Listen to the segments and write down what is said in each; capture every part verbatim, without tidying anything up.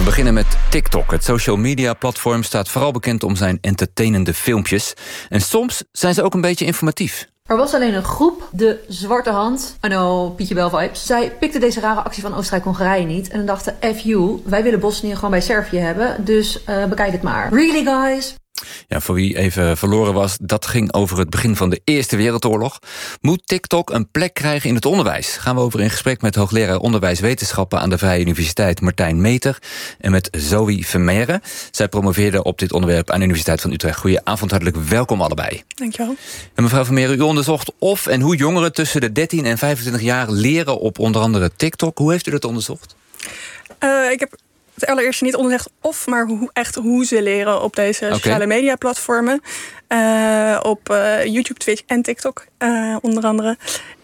We beginnen met TikTok. Het social media platform staat vooral bekend om zijn entertainende filmpjes. En soms zijn ze ook een beetje informatief. Er was alleen een groep, de Zwarte Hand, I know, Pietje Bel vibes. Zij pikte deze rare actie van Oostenrijk-Hongarije niet. En dachten, F you, wij willen Bosnië gewoon bij Servië hebben. Dus uh, bekijk het maar. Really, guys? Ja, voor wie even verloren was, dat ging over het begin van de Eerste Wereldoorlog. Moet TikTok een plek krijgen in het onderwijs? Gaan we over in gesprek met hoogleraar onderwijswetenschappen aan de Vrije Universiteit Martijn Meter en met Zoe Vermeeren. Zij promoveerde op dit onderwerp aan de Universiteit van Utrecht. Goedenavond, hartelijk welkom allebei. Dankjewel. En mevrouw Vermeeren, u onderzocht of en hoe jongeren tussen de dertien en vijfentwintig jaar leren op onder andere TikTok. Hoe heeft u dat onderzocht? Uh, ik heb het allereerst niet onderzocht of, maar hoe, echt hoe ze leren op deze okay. sociale media platformen. Uh, op uh, YouTube, Twitch en TikTok uh, onder andere.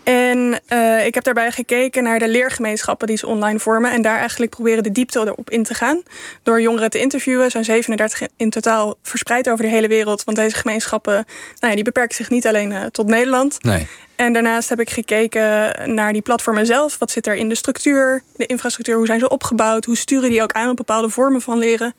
En uh, ik heb daarbij gekeken naar de leergemeenschappen die ze online vormen. En daar eigenlijk proberen de diepte erop in te gaan. Door jongeren te interviewen. Er zijn zevenendertig in totaal verspreid over de hele wereld. Want deze gemeenschappen nou ja, die beperken zich niet alleen uh, tot Nederland. Nee. En daarnaast heb ik gekeken naar die platformen zelf. Wat zit er in de structuur, de infrastructuur, hoe zijn ze opgebouwd? Hoe sturen die ook aan op bepaalde vormen van leren?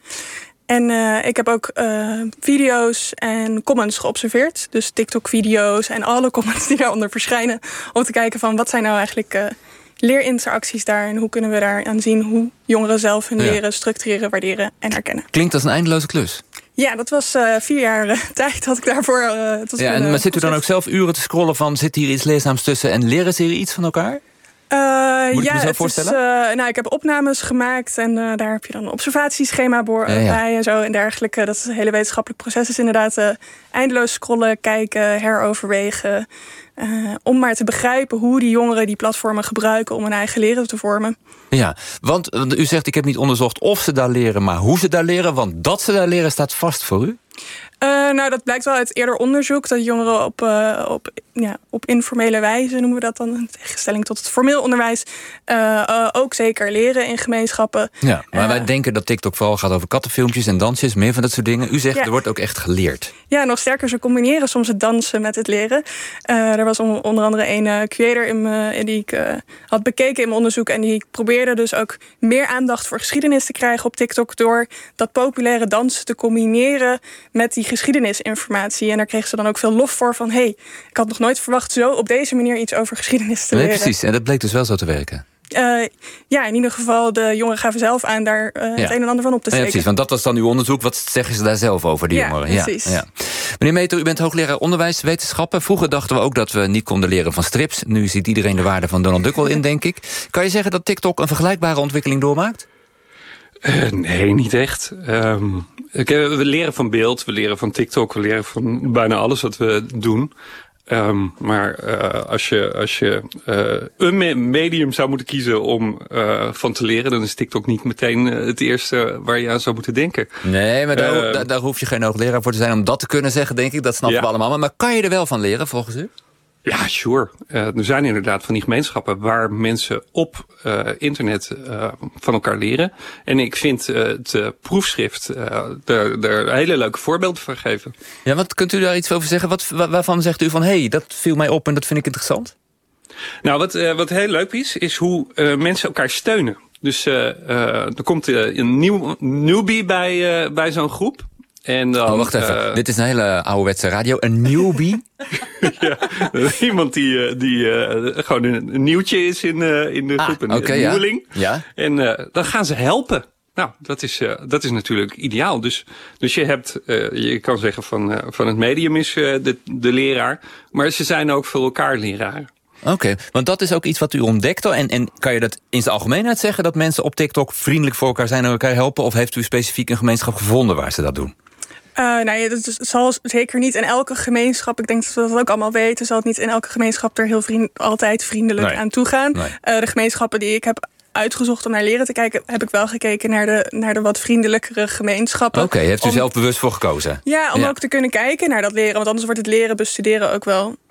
En uh, ik heb ook uh, video's en comments geobserveerd. Dus TikTok-video's en alle comments die daaronder verschijnen. Om te kijken van wat zijn nou eigenlijk uh, leerinteracties daar. En hoe kunnen we daaraan zien hoe jongeren zelf hun ja. leren structureren, waarderen en herkennen. Klinkt als een eindeloze klus. Ja, dat was uh, vier jaar uh, tijd had ik daarvoor. Uh, het was ja, een, en, maar uh, zit u dan ook zelf uren te scrollen van zit hier iets leerzaams tussen en leren ze hier iets van elkaar? Uh, Moet ik ja, me zo het voorstellen? Is, uh, nou, ik heb opnames gemaakt en uh, daar heb je dan een observatieschema bij ja, ja. en zo en dergelijke. Dat is een hele wetenschappelijk proces. Is inderdaad uh, eindeloos scrollen, kijken, heroverwegen. Uh, om maar te begrijpen hoe die jongeren die platformen gebruiken om hun eigen leren te vormen. Ja, want u zegt ik heb niet onderzocht of ze daar leren, maar hoe ze daar leren. Want dat ze daar leren staat vast voor u. Uh, nou, dat blijkt wel uit eerder onderzoek. Dat jongeren op, uh, op, ja, op informele wijze, noemen we dat dan, in tegenstelling tot het formeel onderwijs, uh, uh, ook zeker leren in gemeenschappen. Ja, maar uh, wij uh, denken dat TikTok vooral gaat over kattenfilmpjes en dansjes, meer van dat soort dingen. U zegt, ja. er wordt ook echt geleerd. Ja, nog sterker, ze combineren soms het dansen met het leren. Uh, er was on, onder andere een uh, creator in me, die ik uh, had bekeken in mijn onderzoek en die probeerde dus ook meer aandacht voor geschiedenis te krijgen op TikTok door dat populaire dansen te combineren met die geschiedenisinformatie. En daar kregen ze dan ook veel lof voor van hey, ik had nog nooit verwacht zo op deze manier iets over geschiedenis te leren. Nee, precies. En dat bleek dus wel zo te werken. Uh, ja, in ieder geval, de jongeren gaven zelf aan daar uh, ja. het een en ander van op te steken. Ja, precies, want dat was dan uw onderzoek. Wat zeggen ze daar zelf over, die ja, jongeren? Precies. Ja, precies. Meneer Meter, u bent hoogleraar onderwijswetenschappen. Vroeger dachten we ook dat we niet konden leren van strips. Nu ziet iedereen de waarde van Donald Duck wel in, denk ik. Kan je zeggen dat TikTok een vergelijkbare ontwikkeling doormaakt? Uh, nee, niet echt. Um, we leren van beeld, we leren van TikTok, we leren van bijna alles wat we doen. Um, maar uh, als je, als je uh, een medium zou moeten kiezen om uh, van te leren, dan is TikTok niet meteen uh, het eerste waar je aan zou moeten denken. Nee, maar daar, uh, daar, daar hoef je geen hoogleraar voor te zijn om dat te kunnen zeggen, denk ik. Dat snappen ja. we allemaal. Maar kan je er wel van leren, volgens u? Ja, sure. Uh, er zijn inderdaad van die gemeenschappen waar mensen op uh, internet uh, van elkaar leren. En ik vind uh, het uh, proefschrift uh, er, er hele leuke voorbeelden van geven. Ja, wat kunt u daar iets over zeggen? Wat, waarvan zegt u van, hé, hey, dat viel mij op en dat vind ik interessant? Nou, wat, uh, wat heel leuk is, is hoe uh, mensen elkaar steunen. Dus uh, uh, er komt uh, een nieuw, newbie bij, uh, bij zo'n groep. En dan, oh, wacht even. Uh, Dit is een hele ouderwetse radio. Een newbie? Ja, iemand die, die uh, gewoon een, een nieuwtje is in, uh, in de ah, groep. Een, okay, een nieuweling. Ja. Ja. En uh, dan gaan ze helpen. Nou, dat is, uh, dat is natuurlijk ideaal. Dus, dus je hebt, uh, je kan zeggen van, uh, van het medium is uh, de, de leraar. Maar ze zijn ook voor elkaar leraren. Oké, okay, want dat is ook iets wat u ontdekte. En, en kan je dat in zijn algemeenheid zeggen, dat mensen op TikTok vriendelijk voor elkaar zijn en elkaar helpen? Of heeft u specifiek een gemeenschap gevonden waar ze dat doen? Uh, nou ja, dat zal zeker niet in elke gemeenschap. Ik denk dat we dat ook allemaal weten. Zal het niet in elke gemeenschap er heel vriend, altijd vriendelijk nee. aan toegaan. Nee. Uh, de gemeenschappen die ik heb uitgezocht om naar leren te kijken, heb ik wel gekeken naar de, naar de wat vriendelijkere gemeenschappen. Oké, okay, heeft u om, zelf bewust voor gekozen? Ja, om ja. ook te kunnen kijken naar dat leren. Want anders wordt het leren bestuderen ook wel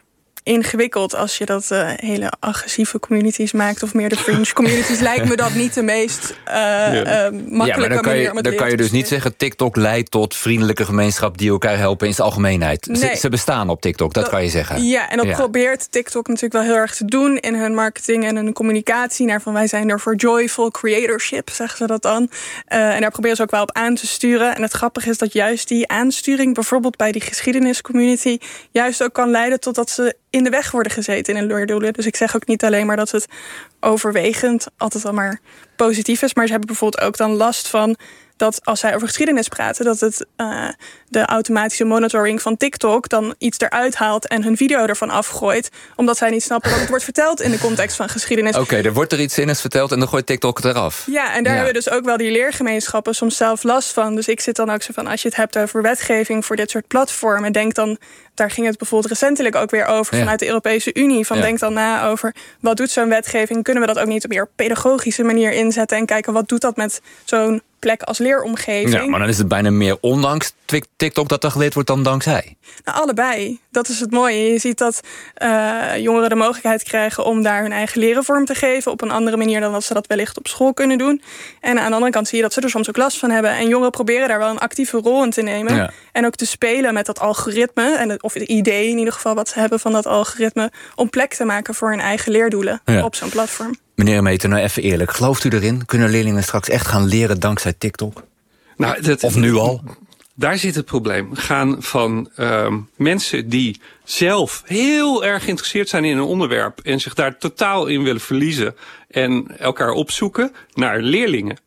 ingewikkeld als je dat uh, hele agressieve communities maakt of meer de fringe communities. Lijkt me dat niet de meest uh, ja. uh, makkelijke ja, maar dan kan je, manier om het dan kan je dus niet zeggen TikTok leidt tot vriendelijke gemeenschap die elkaar helpen in zijn algemeenheid. Nee. Ze, ze bestaan op TikTok, dat, dat kan je zeggen. Ja, en dat ja. probeert TikTok natuurlijk wel heel erg te doen in hun marketing en hun communicatie. Naar van wij zijn er voor joyful creatorship, zeggen ze dat dan. Uh, en daar proberen ze ook wel op aan te sturen. En het grappige is dat juist die aansturing, bijvoorbeeld bij die geschiedeniscommunity, juist ook kan leiden tot dat ze in de weg worden gezeten in hun leerdoelen. Dus ik zeg ook niet alleen maar dat het overwegend altijd al maar positief is, maar ze hebben bijvoorbeeld ook dan last van dat als zij over geschiedenis praten, dat het uh, de automatische monitoring van TikTok dan iets eruit haalt en hun video ervan afgooit, omdat zij niet snappen dat het wordt verteld in de context van geschiedenis. Oké, okay, er wordt er iets zinnigs verteld en dan gooit TikTok het eraf. Ja, en daar ja. hebben dus ook wel die leergemeenschappen soms zelf last van. Dus ik zit dan ook zo van, als je het hebt over wetgeving voor dit soort platformen, denk dan, daar ging het bijvoorbeeld recentelijk ook weer over ja. vanuit de Europese Unie. Van ja. denk dan na over, wat doet zo'n wetgeving? Kunnen we dat ook niet op een meer pedagogische manier inzetten en kijken, wat doet dat met zo'n plek als leeromgeving? Ja, maar dan is het bijna meer ondanks TikTok dat er geleerd wordt dan dankzij. Nou, allebei. Dat is het mooie. Je ziet dat uh, jongeren de mogelijkheid krijgen om daar hun eigen leren vorm te geven op een andere manier dan dat ze dat wellicht op school kunnen doen. En aan de andere kant zie je dat ze er soms ook last van hebben. En jongeren proberen daar wel een actieve rol in te nemen. Ja. En ook te spelen met dat algoritme, en of het idee in ieder geval wat ze hebben van dat algoritme, om plek te maken voor hun eigen leerdoelen ja. op zo'n platform. Meneer Meter, nou even eerlijk. Gelooft u erin? Kunnen leerlingen straks echt gaan leren dankzij TikTok? Nou, dat, of nu al? Daar zit het probleem. Gaan van um, mensen die zelf heel erg geïnteresseerd zijn in een onderwerp en zich daar totaal in willen verliezen en elkaar opzoeken, naar leerlingen.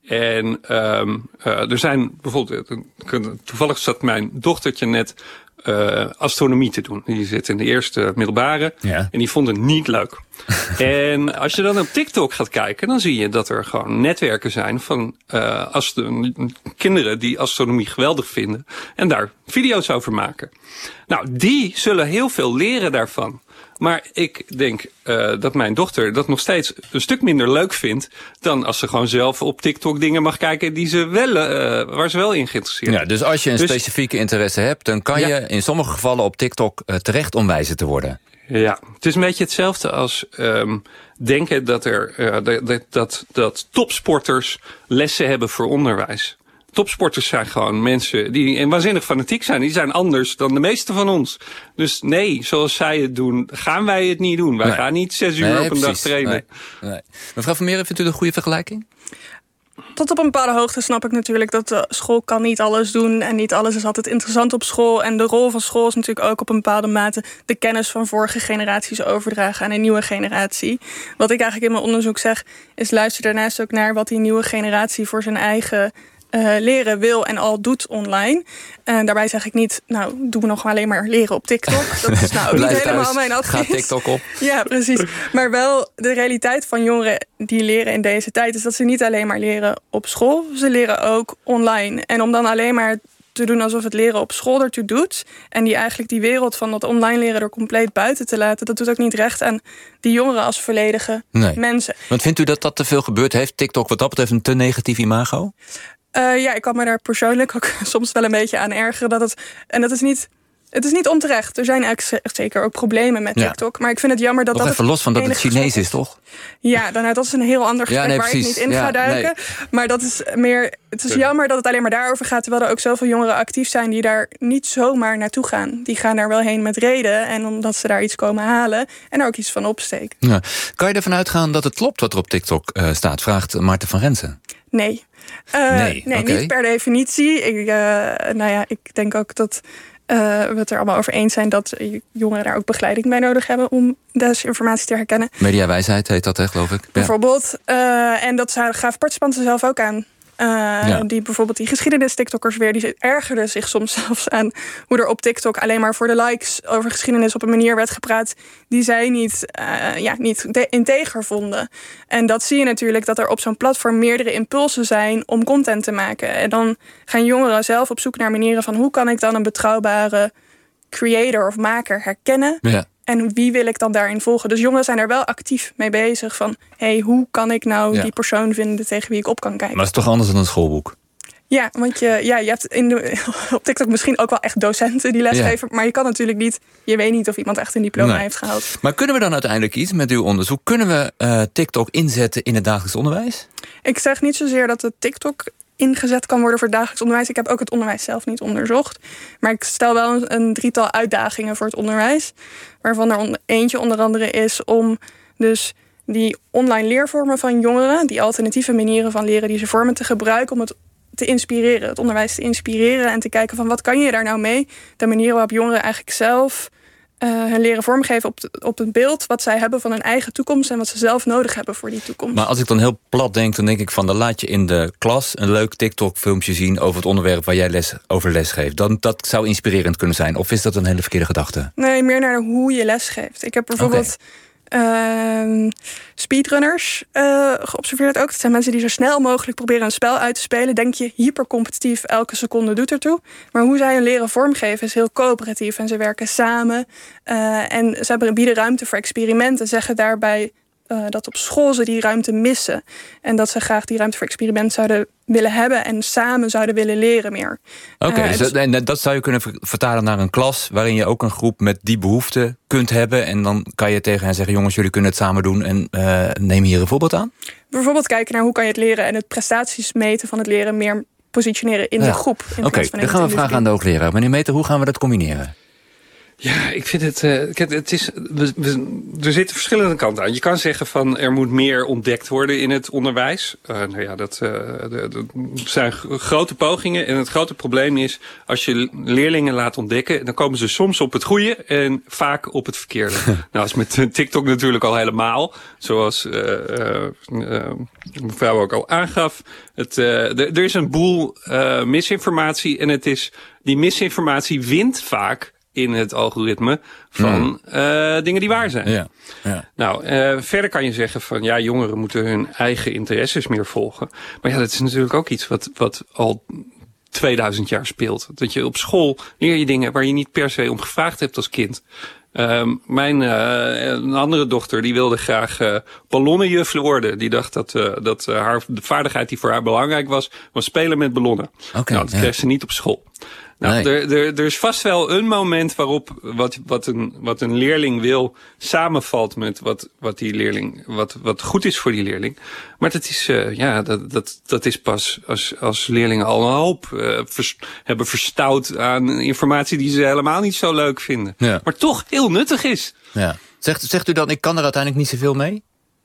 En um, uh, er zijn bijvoorbeeld, toevallig zat mijn dochtertje net uh, astronomie te doen. Die zit in de eerste middelbare ja. en die vond het niet leuk. En als je dan op TikTok gaat kijken, dan zie je dat er gewoon netwerken zijn van uh, astro- kinderen die astronomie geweldig vinden en daar video's over maken. Nou, die zullen heel veel leren daarvan. Maar ik denk uh, dat mijn dochter dat nog steeds een stuk minder leuk vindt dan als ze gewoon zelf op TikTok dingen mag kijken die ze wel, uh, waar ze wel in geïnteresseerd is. Ja, dus als je een dus, specifieke interesse hebt, dan kan ja. je in sommige gevallen op TikTok uh, terecht om wijzer te worden. Ja, het is een beetje hetzelfde als um, denken dat er uh, dat, dat, dat topsporters lessen hebben voor onderwijs. Topsporters zijn gewoon mensen die waanzinnig fanatiek zijn. Die zijn anders dan de meeste van ons. Dus nee, zoals zij het doen, gaan wij het niet doen. Wij nee. gaan niet zes uur nee, op een precies. dag trainen. Nee. Nee. Mevrouw Vermeeren, vindt u dat een goede vergelijking? Tot op een bepaalde hoogte snap ik natuurlijk dat de school kan niet alles doen en niet alles is altijd interessant op school. En de rol van school is natuurlijk ook op een bepaalde mate de kennis van vorige generaties overdragen aan een nieuwe generatie. Wat ik eigenlijk in mijn onderzoek zeg, is luister daarnaast ook naar wat die nieuwe generatie voor zijn eigen Uh, leren wil en al doet online. En uh, daarbij zeg ik niet, nou, doen we nog alleen maar leren op TikTok. Dat is nou ook niet helemaal mijn advies. Ga TikTok op. Ja, precies. Maar wel de realiteit van jongeren die leren in deze tijd is dat ze niet alleen maar leren op school. Ze leren ook online. En om dan alleen maar te doen alsof het leren op school ertoe doet en die eigenlijk die wereld van dat online leren er compleet buiten te laten, dat doet ook niet recht aan die jongeren als volledige nee. mensen. Want vindt u dat dat te veel gebeurt? Heeft TikTok wat dat betreft een te negatief imago? Uh, ja, ik kan me daar persoonlijk ook soms wel een beetje aan ergeren. Dat het, en dat is niet, het is niet onterecht. Er zijn eigenlijk zeker ook problemen met TikTok. Ja. Maar ik vind het jammer dat Nog dat... even het los van dat het Chinees is, toch? Ja, dan, nou, dat is een heel ander gesprek ja, nee, waar precies. ik niet in ja, ga duiken. Nee. Maar dat is meer, het is jammer dat het alleen maar daarover gaat, terwijl er ook zoveel jongeren actief zijn die daar niet zomaar naartoe gaan. Die gaan daar wel heen met reden en omdat ze daar iets komen halen en er ook iets van opsteken. Ja. Kan je ervan uitgaan dat het klopt wat er op TikTok uh, staat, vraagt Maarten van Rensen? Nee. Uh, nee, nee okay. Niet per definitie. Ik, uh, nou ja, ik denk ook dat uh, we het er allemaal over eens zijn dat jongeren daar ook begeleiding bij nodig hebben om desinformatie te herkennen. Mediawijsheid heet dat, hè, geloof ik. Bijvoorbeeld. Uh, en dat gaven participanten zelf ook aan. Uh, ja. Die bijvoorbeeld die geschiedenis-tiktokers weer, die ergerden zich soms zelfs aan hoe er op TikTok alleen maar voor de likes over geschiedenis op een manier werd gepraat die zij niet, uh, ja, niet de- integer vonden. En dat zie je natuurlijk, dat er op zo'n platform meerdere impulsen zijn om content te maken. En dan gaan jongeren zelf op zoek naar manieren van hoe kan ik dan een betrouwbare creator of maker herkennen. Ja. En wie wil ik dan daarin volgen? Dus jongeren zijn er wel actief mee bezig van, hey, hoe kan ik nou ja. die persoon vinden tegen wie ik op kan kijken? Maar het is toch anders dan een schoolboek? Ja, want je, ja, je hebt in de, op TikTok misschien ook wel echt docenten die lesgeven. Ja. Maar je kan natuurlijk niet, je weet niet of iemand echt een diploma nee. heeft gehaald. Maar kunnen we dan uiteindelijk iets met uw onderzoek? Kunnen we uh, TikTok inzetten in het dagelijks onderwijs? Ik zeg niet zozeer dat het TikTok ingezet kan worden voor het dagelijks onderwijs. Ik heb ook het onderwijs zelf niet onderzocht. Maar ik stel wel een, een drietal uitdagingen voor het onderwijs. Waarvan er on, eentje onder andere is om dus die online leervormen van jongeren, die alternatieve manieren van leren die ze vormen, te gebruiken om het te inspireren, het onderwijs te inspireren en te kijken van wat kan je daar nou mee? De manier waarop jongeren eigenlijk zelf uh, hun leren vormgeven op, de, op het beeld wat zij hebben van hun eigen toekomst en wat ze zelf nodig hebben voor die toekomst. Maar als ik dan heel plat denk, dan denk ik van dan laat je in de klas een leuk TikTok-filmpje zien over het onderwerp waar jij les, over les geeft. Dan, dat zou inspirerend kunnen zijn. Of is dat een hele verkeerde gedachte? Nee, meer naar hoe je les geeft. Ik heb bijvoorbeeld Okay. Uh, speedrunners uh, geobserveerd ook. Dat zijn mensen die zo snel mogelijk proberen een spel uit te spelen. Denk je hypercompetitief, elke seconde doet ertoe. Maar hoe zij hun leren vormgeven is heel coöperatief. En ze werken samen. Uh, en ze bieden ruimte voor experimenten. Zeggen daarbij uh, dat op school ze die ruimte missen. En dat ze graag die ruimte voor experiment zouden willen hebben en samen zouden willen leren meer. Oké, okay, uh, dus en dat zou je kunnen vertalen naar een klas waarin je ook een groep met die behoeften kunt hebben. En dan kan je tegen hen zeggen, jongens, jullie kunnen het samen doen en uh, neem hier een voorbeeld aan. Bijvoorbeeld kijken naar hoe kan je het leren en het prestaties meten van het leren meer positioneren in ja. de groep. Oké, okay, dan gaan we vragen aan de hoogleraar. Meneer Meter, hoe gaan we dat combineren? Ja, ik vind het, uh, het is, we, we, er zitten verschillende kanten aan. Je kan zeggen van er moet meer ontdekt worden in het onderwijs. Uh, nou ja, dat, uh, de, de, zijn grote pogingen. En het grote probleem is, als je leerlingen laat ontdekken, dan komen ze soms op het goede en vaak op het verkeerde. Nou, dat is met TikTok natuurlijk al helemaal. Zoals uh, uh, uh, mevrouw ook al aangaf. Het, uh, de, er is een boel uh, misinformatie en het is, die misinformatie wint vaak in het algoritme van mm. uh, dingen die waar zijn. Ja, ja. Nou, uh, verder kan je zeggen van ja, jongeren moeten hun eigen interesses meer volgen. Maar ja, dat is natuurlijk ook iets wat, wat al tweeduizend jaar speelt. Dat je op school leer je dingen waar je niet per se om gevraagd hebt als kind. Um, mijn uh, een andere dochter die wilde graag uh, ballonnenjuffrouw worden. Die dacht dat, uh, dat uh, haar, de vaardigheid die voor haar belangrijk was, was spelen met ballonnen. Okay, nou, dat ja. kreeg ze niet op school. Nou, nee. er, er, er is vast wel een moment waarop wat, wat, een, wat een leerling wil samenvalt met wat, wat die leerling, wat, wat goed is voor die leerling. Maar dat is, uh, ja, dat, dat, dat is pas als, als leerlingen al een hoop uh, vers, hebben verstout aan informatie die ze helemaal niet zo leuk vinden. Ja. Maar toch heel nuttig is. Ja. Zegt, zegt u dan, ik kan er uiteindelijk niet zoveel mee?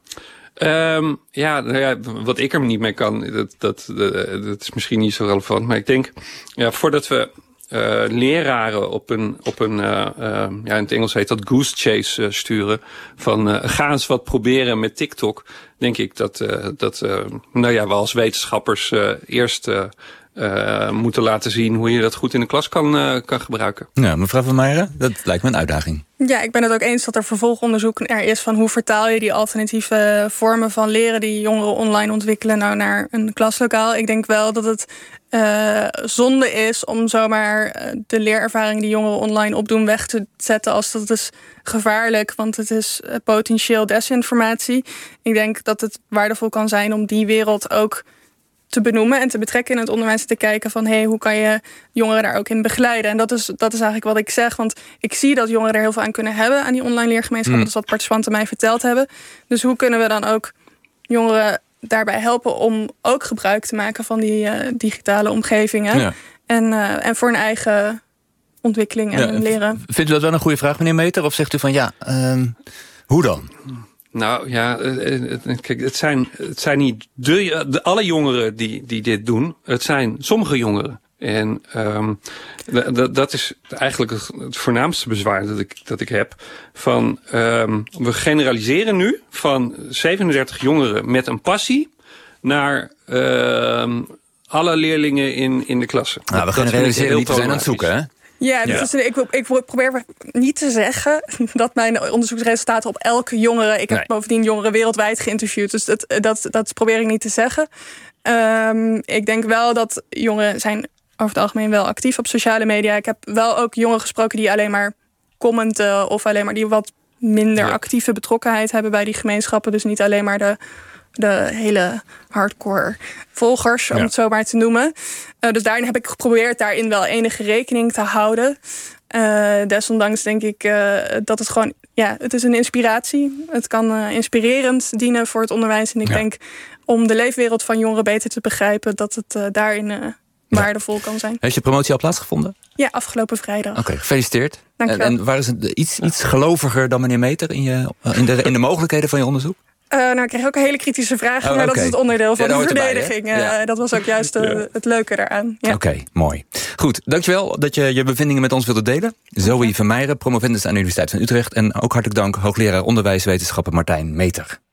Um, ja, nou ja, wat ik er niet mee kan, dat, dat, dat, dat is misschien niet zo relevant. Maar ik denk, ja, voordat we uh, leraren op een, op een uh, uh, ja, in het Engels heet dat goose chase uh, sturen, van uh, ga eens wat proberen met TikTok, denk ik dat, uh, dat uh, nou ja, we als wetenschappers uh, eerst uh, uh, moeten laten zien hoe je dat goed in de klas kan, uh, kan gebruiken. Ja, mevrouw Van Meijeren, dat lijkt me een uitdaging. Ja, ik ben het ook eens dat er vervolgonderzoek er is van hoe vertaal je die alternatieve vormen van leren die jongeren online ontwikkelen nou naar een klaslokaal. Ik denk wel dat het uh, zonde is om zomaar de leerervaring die jongeren online opdoen weg te zetten als dat is gevaarlijk, want het is potentieel desinformatie. Ik denk dat het waardevol kan zijn om die wereld ook te benoemen en te betrekken in het onderwijs en te kijken van hey, hoe kan je jongeren daar ook in begeleiden. En dat is, dat is eigenlijk wat ik zeg, want ik zie dat jongeren er heel veel aan kunnen hebben aan die online leergemeenschap. Mm. Dat is wat participanten mij verteld hebben. Dus hoe kunnen we dan ook jongeren daarbij helpen om ook gebruik te maken van die uh, digitale omgevingen ja. en, uh, en voor hun eigen ontwikkeling en ja, leren. Vindt u dat wel een goede vraag, meneer Meter? Of zegt u van ja, um, hoe dan? Nou ja, kijk, het zijn, het zijn niet de, de, alle jongeren die, die dit doen. Het zijn sommige jongeren. En um, d- dat is eigenlijk het, het voornaamste bezwaar dat ik, dat ik heb. Van, um, we generaliseren nu van zevenendertig jongeren met een passie naar um, alle leerlingen in, in de klasse. Nou, we generaliseren niet, we zijn aan het zoeken, hè? Ja, ja. Dus ik, ik probeer niet te zeggen dat mijn onderzoeksresultaten op elke jongere... Ik heb nee. bovendien jongeren wereldwijd geïnterviewd, dus dat, dat, dat probeer ik niet te zeggen. Um, ik denk wel dat jongeren zijn over het algemeen wel actief op sociale media. Ik heb wel ook jongeren gesproken die alleen maar commenten of alleen maar die wat minder ja. actieve betrokkenheid hebben bij die gemeenschappen. Dus niet alleen maar de de hele hardcore volgers, ja. om het zo maar te noemen. Uh, dus daarin heb ik geprobeerd daarin wel enige rekening te houden. Uh, desondanks denk ik uh, dat het gewoon... Ja, het is een inspiratie. Het kan uh, inspirerend dienen voor het onderwijs. En ik ja. denk om de leefwereld van jongeren beter te begrijpen... dat het uh, daarin uh, waardevol ja. kan zijn. Heeft je promotie al plaatsgevonden? Ja, afgelopen vrijdag. Oké, okay, gefeliciteerd. Dank je wel. En, en waar is het iets, iets geloviger dan meneer Meter in, je, in, de, in de mogelijkheden van je onderzoek? Uh, nou, ik kreeg ook een hele kritische vraag, oh, maar okay. dat is het onderdeel van ja, de verdediging. Erbij, ja. uh, dat was ook juist uh, ja. het leuke daaraan. Ja. Oké, okay, mooi. Goed, dankjewel dat je je bevindingen met ons wilde delen. Zoe ja. van Meijeren, promovendus aan de Universiteit van Utrecht. En ook hartelijk dank hoogleraar onderwijswetenschappen Martijn Meter.